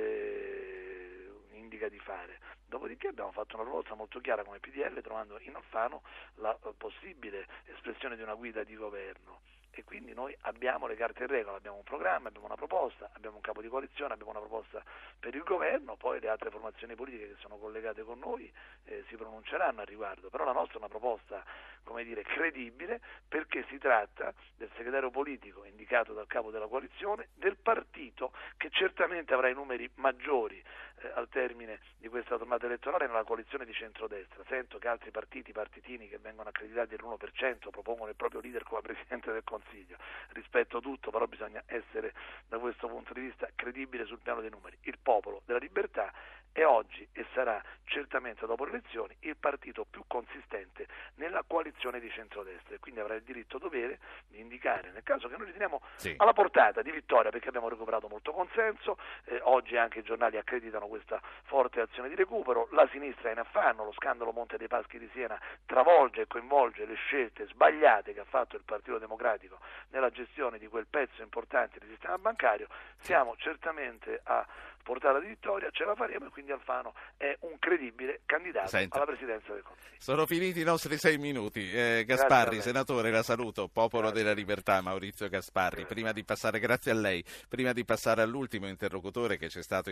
indica di fare. Dopodiché abbiamo fatto una proposta molto chiara come PDL, trovando in Alfano la possibile espressione di una guida di governo. E quindi noi abbiamo le carte in regola, abbiamo un programma, abbiamo una proposta, abbiamo un capo di coalizione, abbiamo una proposta per il governo, poi le altre formazioni politiche che sono collegate con noi si pronunceranno al riguardo. Però la nostra è una proposta, come dire, credibile, perché si tratta del segretario politico indicato dal capo della coalizione, del partito che certamente avrà i numeri maggiori al termine di questa tornata elettorale nella coalizione di centrodestra. Sento che altri partitini che vengono accreditati all'1% propongono il proprio leader come Presidente del Consiglio. Rispetto tutto, però bisogna essere da questo punto di vista credibile sul piano dei numeri. Il Popolo della Libertà è oggi, e sarà certamente dopo le elezioni, il partito più consistente nella coalizione di centrodestra, e quindi avrà il diritto dovere di indicare, nel caso che noi riteniamo alla portata di vittoria, perché abbiamo recuperato molto consenso, oggi anche i giornali accreditano questa forte azione di recupero, la sinistra è in affanno, lo scandalo Monte dei Paschi di Siena travolge e coinvolge le scelte sbagliate che ha fatto il Partito Democratico nella gestione di quel pezzo importante del sistema bancario. Siamo certamente a portata di vittoria, ce la faremo, e quindi Alfano è un credibile candidato alla presidenza del Consiglio. Sono finiti i nostri 6 minuti. Gasparri, senatore, la saluto. Popolo della Libertà, Maurizio Gasparri. Prima di passare, grazie a lei, prima di passare all'ultimo interlocutore che ci è stato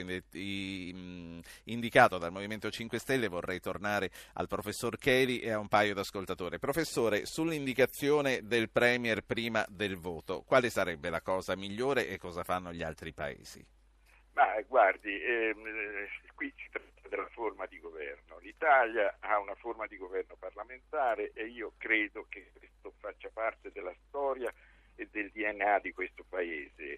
indicato dal Movimento 5 Stelle, vorrei tornare al professor Cheli e a un paio di ascoltatori. Professore, sull'indicazione del Premier prima del voto, quale sarebbe la cosa migliore e cosa fanno gli altri paesi? Ma guardi, qui si tratta della forma di governo. L'Italia ha una forma di governo parlamentare e io credo che questo faccia parte della storia e del DNA di questo Paese.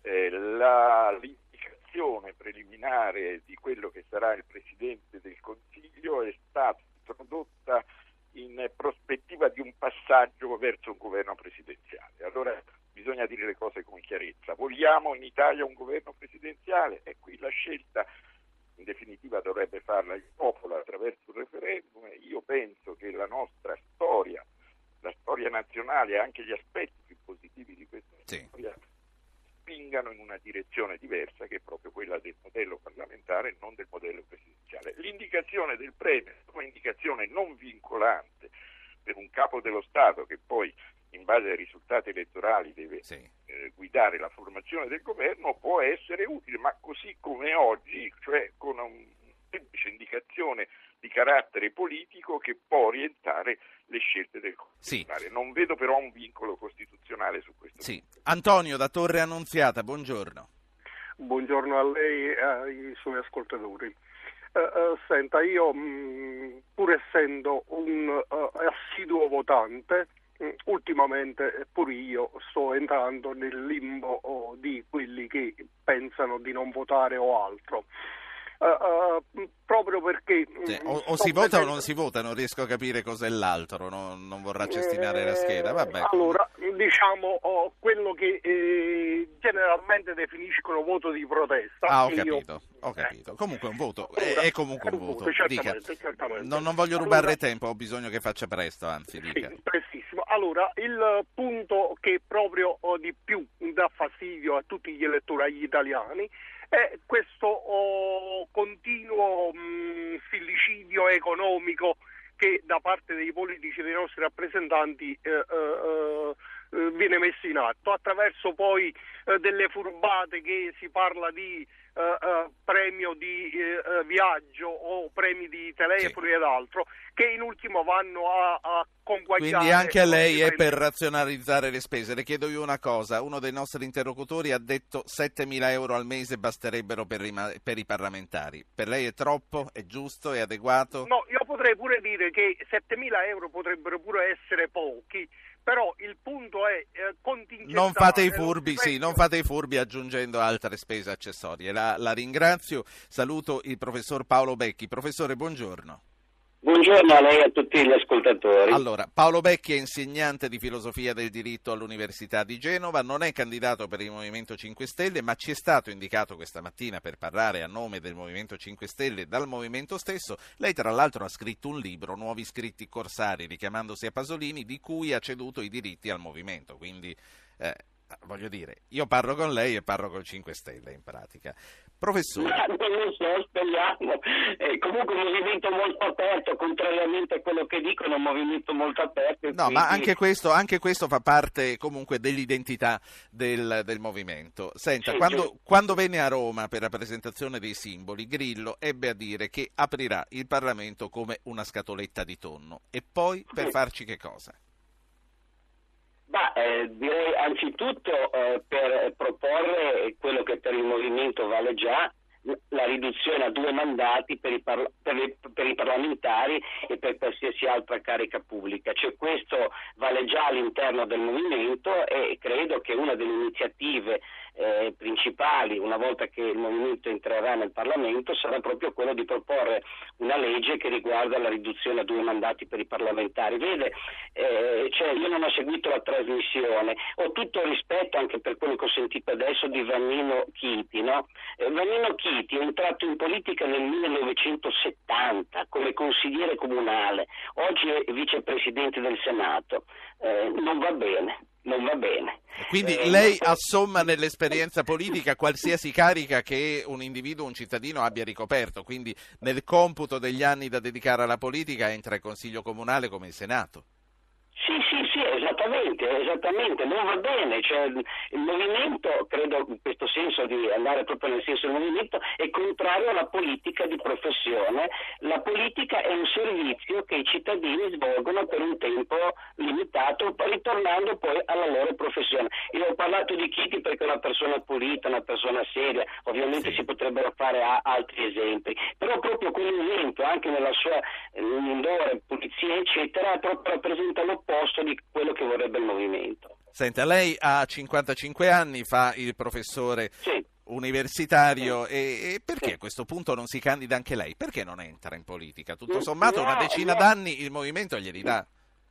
L'indicazione preliminare di quello che sarà il Presidente del Consiglio è stata introdotta in prospettiva di un passaggio verso un governo presidenziale. Allora bisogna bisogna dire le cose con chiarezza. Vogliamo in Italia un governo presidenziale? E qui la scelta in definitiva dovrebbe farla il popolo attraverso un referendum. Io penso che la nostra storia, la storia nazionale e anche gli aspetti più positivi di questa storia spingano in una direzione diversa, che è proprio quella del modello parlamentare e non del modello presidenziale. L'indicazione del premier come indicazione non vincolante per un capo dello Stato che poi in base ai risultati elettorali deve guidare la formazione del governo può essere utile, ma così come oggi, cioè con una semplice indicazione di carattere politico che può orientare le scelte del Consiglio. Non vedo però un vincolo costituzionale su questo. Antonio da Torre Annunziata, buongiorno. Buongiorno a lei e ai suoi ascoltatori. Senta, io pur essendo un assiduo votante, ultimamente pure io sto entrando nel limbo di quelli che pensano di non votare o altro. Proprio perché o si vota o non si vota, non riesco a capire cos'è l'altro, non vorrà cestinare la scheda. Vabbè. Allora, diciamo quello che generalmente definiscono voto di protesta. Ho capito. Comunque un voto, è comunque un voto. Certamente. Non voglio rubarle tempo, ho bisogno che faccia presto, anzi dica. Sì, prestissimo. Allora, il punto che proprio di più dà fastidio a tutti gli elettori, agli italiani, è questo continuo stillicidio economico che da parte dei politici, dei nostri rappresentanti viene messo in atto attraverso poi delle furbate che si parla di premio di viaggio o premi di telefoni ed altro, che in ultimo vanno a conguagliare. Quindi anche a lei è per razionalizzare le spese. Le chiedo io una cosa, uno dei nostri interlocutori ha detto 7.000 euro al mese basterebbero per i parlamentari. Per lei è troppo? È giusto? È adeguato? No, io potrei pure dire che 7.000 euro potrebbero pure essere pochi, però il punto è contingentare. Non fate i furbi aggiungendo altre spese accessorie. La ringrazio, saluto il professor Paolo Becchi. Professore, buongiorno. Buongiorno a lei e a tutti gli ascoltatori. Allora, Paolo Becchi è insegnante di filosofia del diritto all'Università di Genova, non è candidato per il Movimento 5 Stelle, ma ci è stato indicato questa mattina per parlare a nome del Movimento 5 Stelle dal Movimento stesso. Lei tra l'altro ha scritto un libro, Nuovi scritti corsari, richiamandosi a Pasolini, di cui ha ceduto i diritti al Movimento, quindi voglio dire, io parlo con lei e parlo col 5 Stelle in pratica. Professore. Non lo so, speriamo. Comunque un movimento molto aperto, contrariamente a quello che dicono, un movimento molto aperto. No, quindi... ma anche questo fa parte comunque dell'identità del movimento. Senta, quando venne a Roma per la presentazione dei simboli, Grillo ebbe a dire che aprirà il Parlamento come una scatoletta di tonno. E poi per farci che cosa? Direi anzitutto per proporre quello che per il movimento vale già, la riduzione a 2 mandati per i parlamentari e per qualsiasi altra carica pubblica. Cioè questo vale già all'interno del movimento e credo che una delle iniziative principali, una volta che il movimento entrerà nel Parlamento, sarà proprio quello di proporre una legge che riguarda la riduzione a 2 mandati per i parlamentari. Vede, io non ho seguito la trasmissione, ho tutto il rispetto anche per quello che ho sentito adesso di Vannino Chiti, no? Vannino Chiti è entrato in politica nel 1970 come consigliere comunale, oggi è vicepresidente del Senato, non va bene. Quindi lei assomma nell'esperienza politica qualsiasi carica che un individuo, un cittadino abbia ricoperto, quindi nel computo degli anni da dedicare alla politica entra il Consiglio Comunale come il Senato. Sì, esattamente, non va bene, cioè il movimento, credo in questo senso di andare proprio nel senso del movimento, è contrario alla politica di professione. La politica è un servizio che i cittadini svolgono per un tempo limitato, ritornando poi alla loro professione. Io ho parlato di Chiti perché è una persona pulita, una persona seria, ovviamente si potrebbero fare altri esempi, però proprio quell'esempio, anche nella sua indole, pulizia eccetera, proprio rappresenta l'opposto di quello che vorrebbe il movimento. Senta, lei ha 55 anni, fa il professore universitario e perché a questo punto non si candida anche lei? Perché non entra in politica? Tutto sommato una decina d'anni il movimento glieli dà.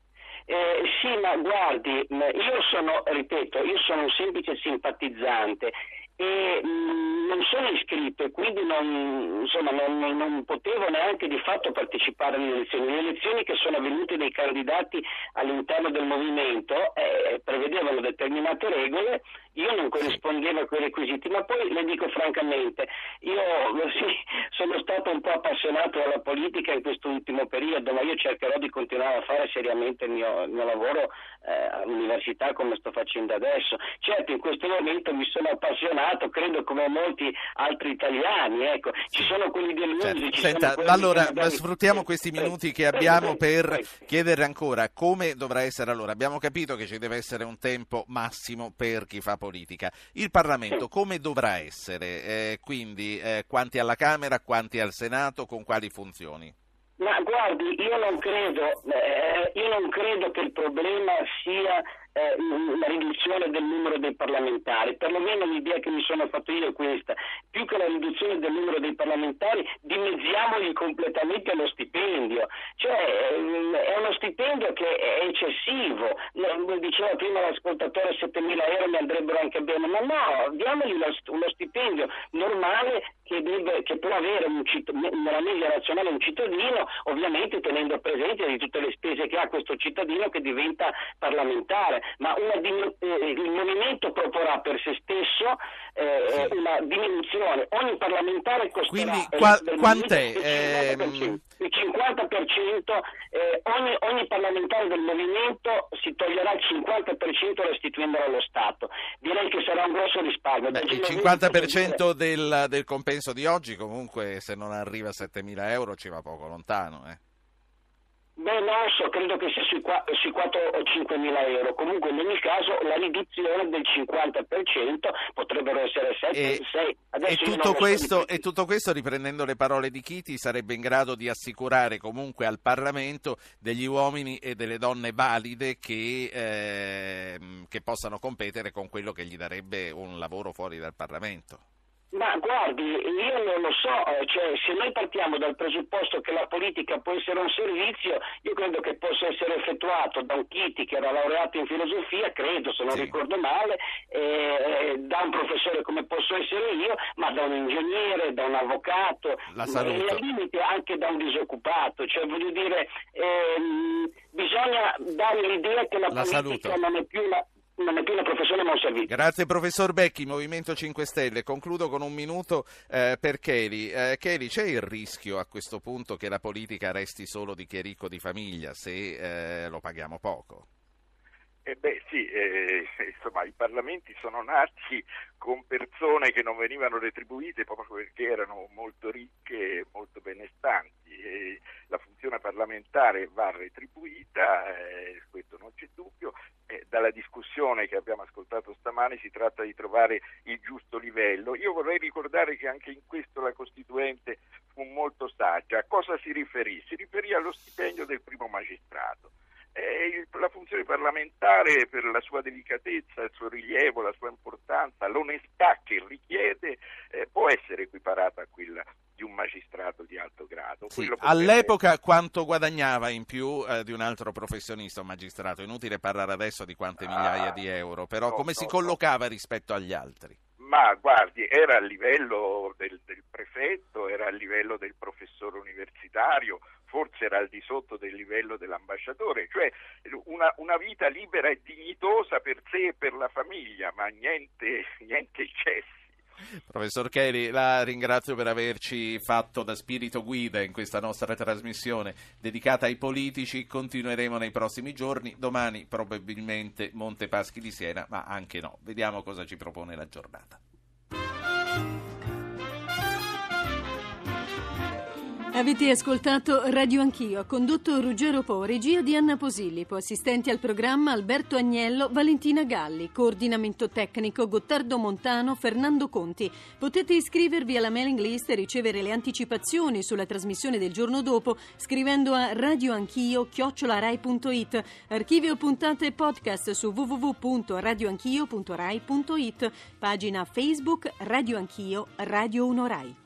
Sì, ma guardi, io sono un semplice simpatizzante e non sono iscritto e quindi non potevo neanche di fatto partecipare alle elezioni. Le elezioni che sono avvenute dei candidati all'interno del movimento prevedevano determinate regole, io non corrispondevo a quei requisiti, ma poi le dico francamente, io sono stato un po' appassionato dalla politica in questo ultimo periodo, ma io cercherò di continuare a fare seriamente il mio lavoro all'università come sto facendo adesso. Certo, in questo momento mi sono appassionato, credo come molti altri italiani, ecco, ci sono quelli delusi. Senta, allora sfruttiamo questi minuti che abbiamo per chiedere ancora come dovrà essere. Allora, abbiamo capito che ci deve essere un tempo massimo per chi fa politica. Il Parlamento come dovrà essere? Quindi quanti alla Camera, quanti al Senato, con quali funzioni? Ma guardi, io non credo che il problema sia la riduzione del numero dei parlamentari, perlomeno l'idea che mi sono fatto io è questa: più che la riduzione del numero dei parlamentari, dimezziamogli completamente lo stipendio, cioè è uno stipendio che è eccessivo. Diceva prima l'ascoltatore 7.000 euro mi andrebbero anche bene, ma no, diamogli uno stipendio normale che può avere nella media nazionale un cittadino, ovviamente tenendo presente di tutte le spese che ha questo cittadino che diventa parlamentare, ma il movimento proporrà per se stesso una diminuzione. Ogni parlamentare costerà. Quindi quant'è? Il 50%, ogni parlamentare del movimento si toglierà il 50% restituendolo allo Stato. Direi che sarà un grosso risparmio. Il 50% del compenso di oggi, comunque, se non arriva a 7.000 euro ci va poco lontano. Beh, non lo so, credo che sia sui 4 o 5.000 euro. Comunque, in ogni caso, la riduzione del 50% potrebbero essere 7, 6. E tutto questo, riprendendo le parole di Chiti, sarebbe in grado di assicurare comunque al Parlamento degli uomini e delle donne valide che possano competere con quello che gli darebbe un lavoro fuori dal Parlamento. Ma guardi, io non lo so, cioè se noi partiamo dal presupposto che la politica può essere un servizio, io credo che possa essere effettuato da un Chiti che era laureato in filosofia, credo, se non ricordo male, da un professore come posso essere io, ma da un ingegnere, da un avvocato, e al limite anche da un disoccupato, cioè voglio dire, bisogna dare l'idea che la politica non è più una professione ma un servizio. Grazie professor Becchi, Movimento 5 Stelle. Concludo con un minuto per Cheli. Cheli, c'è il rischio a questo punto che la politica resti solo di chi è ricco di famiglia se lo paghiamo poco? Insomma, i parlamenti sono nati con persone che non venivano retribuite proprio perché erano molto ricche e molto benestanti, e la funzione parlamentare va retribuita, questo non c'è dubbio. Dalla discussione che abbiamo ascoltato stamani si tratta di trovare il giusto livello. Io vorrei ricordare che anche in questo la Costituente fu molto saggia. A cosa si riferì? Si riferì allo stipendio del primo magistrato. La funzione parlamentare, per la sua delicatezza, il suo rilievo, la sua importanza, l'onestà che richiede, può essere equiparata a quella di un magistrato di alto grado. Sì. All'epoca quanto guadagnava in più di un altro professionista, un magistrato? Inutile parlare adesso di quante migliaia di euro, però come si collocava rispetto agli altri? Ma guardi, era a livello del prefetto, era a livello del professore universitario, forse era al di sotto del livello dell'ambasciatore, cioè una vita libera e dignitosa per sé e per la famiglia, ma niente eccessi. Professor Cheli, la ringrazio per averci fatto da spirito guida in questa nostra trasmissione dedicata ai politici. Continueremo nei prossimi giorni, domani probabilmente Monte Paschi di Siena, ma anche no. Vediamo cosa ci propone la giornata. Avete ascoltato Radio Anch'io, condotto Ruggero Po, regia di Anna Posillipo, assistenti al programma Alberto Agnello, Valentina Galli, coordinamento tecnico Gottardo Montano, Fernando Conti. Potete iscrivervi alla mailing list e ricevere le anticipazioni sulla trasmissione del giorno dopo scrivendo a radioanchio@rai.it. Archivio puntate e podcast su www.radioanchio.rai.it. Pagina Facebook Radio Anch'io, Radio 1 Rai.